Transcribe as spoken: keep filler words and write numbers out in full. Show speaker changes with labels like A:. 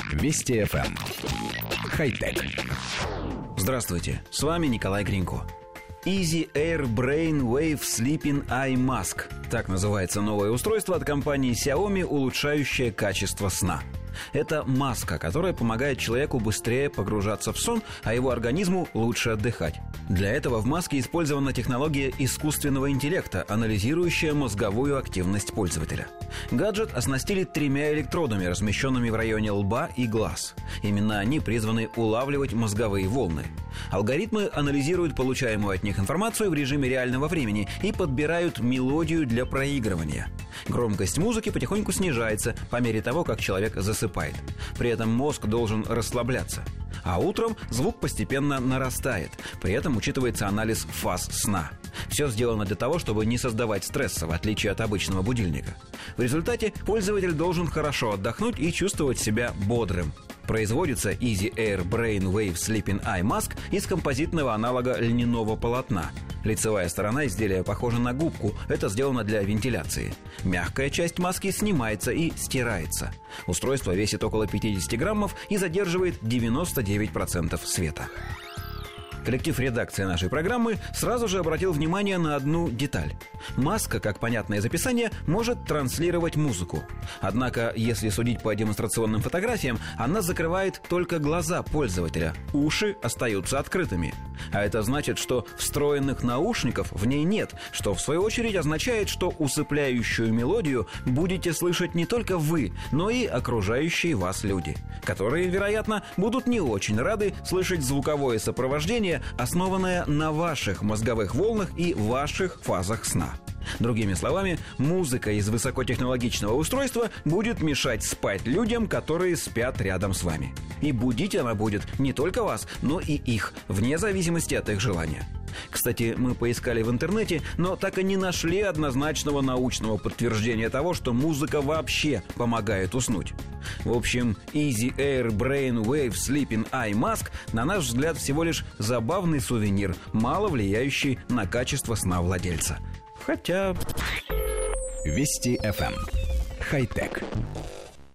A: Вести эф эм. Хай-тек.
B: Здравствуйте, с вами Николай Гринько. Easy Air Brain Wave Sleeping Eye Mask. Так называется новое устройство от компании Xiaomi, улучшающее качество сна. Это маска, которая помогает человеку быстрее погружаться в сон, а его организму лучше отдыхать. Для этого в маске использована технология искусственного интеллекта, анализирующая мозговую активность пользователя. Гаджет оснастили тремя электродами, размещенными в районе лба и глаз. Именно они призваны улавливать мозговые волны. Алгоритмы анализируют получаемую от них информацию в режиме реального времени и подбирают мелодию для проигрывания. Громкость музыки потихоньку снижается по мере того, как человек засыпает. При этом мозг должен расслабляться. А утром звук постепенно нарастает. При этом учитывается анализ фаз сна. Все сделано для того, чтобы не создавать стресса, в отличие от обычного будильника. В результате пользователь должен хорошо отдохнуть и чувствовать себя бодрым. Производится Easy Air Brain Wave Sleeping Eye Mask из композитного аналога льняного полотна. Лицевая сторона изделия похожа на губку, это сделано для вентиляции. Мягкая часть маски снимается и стирается. Устройство весит около пятьдесят граммов и задерживает девяносто девять процентов света. Коллектив редакции нашей программы сразу же обратил внимание на одну деталь. Маска, как понятно из описания, может транслировать музыку. Однако, если судить по демонстрационным фотографиям, она закрывает только глаза пользователя. Уши остаются открытыми. А это значит, что встроенных наушников в ней нет, что в свою очередь означает, что усыпляющую мелодию будете слышать не только вы, но и окружающие вас люди, которые, вероятно, будут не очень рады слышать звуковое сопровождение, основанная на ваших мозговых волнах и ваших фазах сна. Другими словами, музыка из высокотехнологичного устройства будет мешать спать людям, которые спят рядом с вами. И будить она будет не только вас, но и их, вне зависимости от их желания. Кстати, мы поискали в интернете, но так и не нашли однозначного научного подтверждения того, что музыка вообще помогает уснуть. В общем, Easy Air Brain Wave Sleeping Eye Mask, на наш взгляд, всего лишь забавный сувенир, мало влияющий на качество сна владельца. Хотя...
A: Вести эф эм. Хай-тек.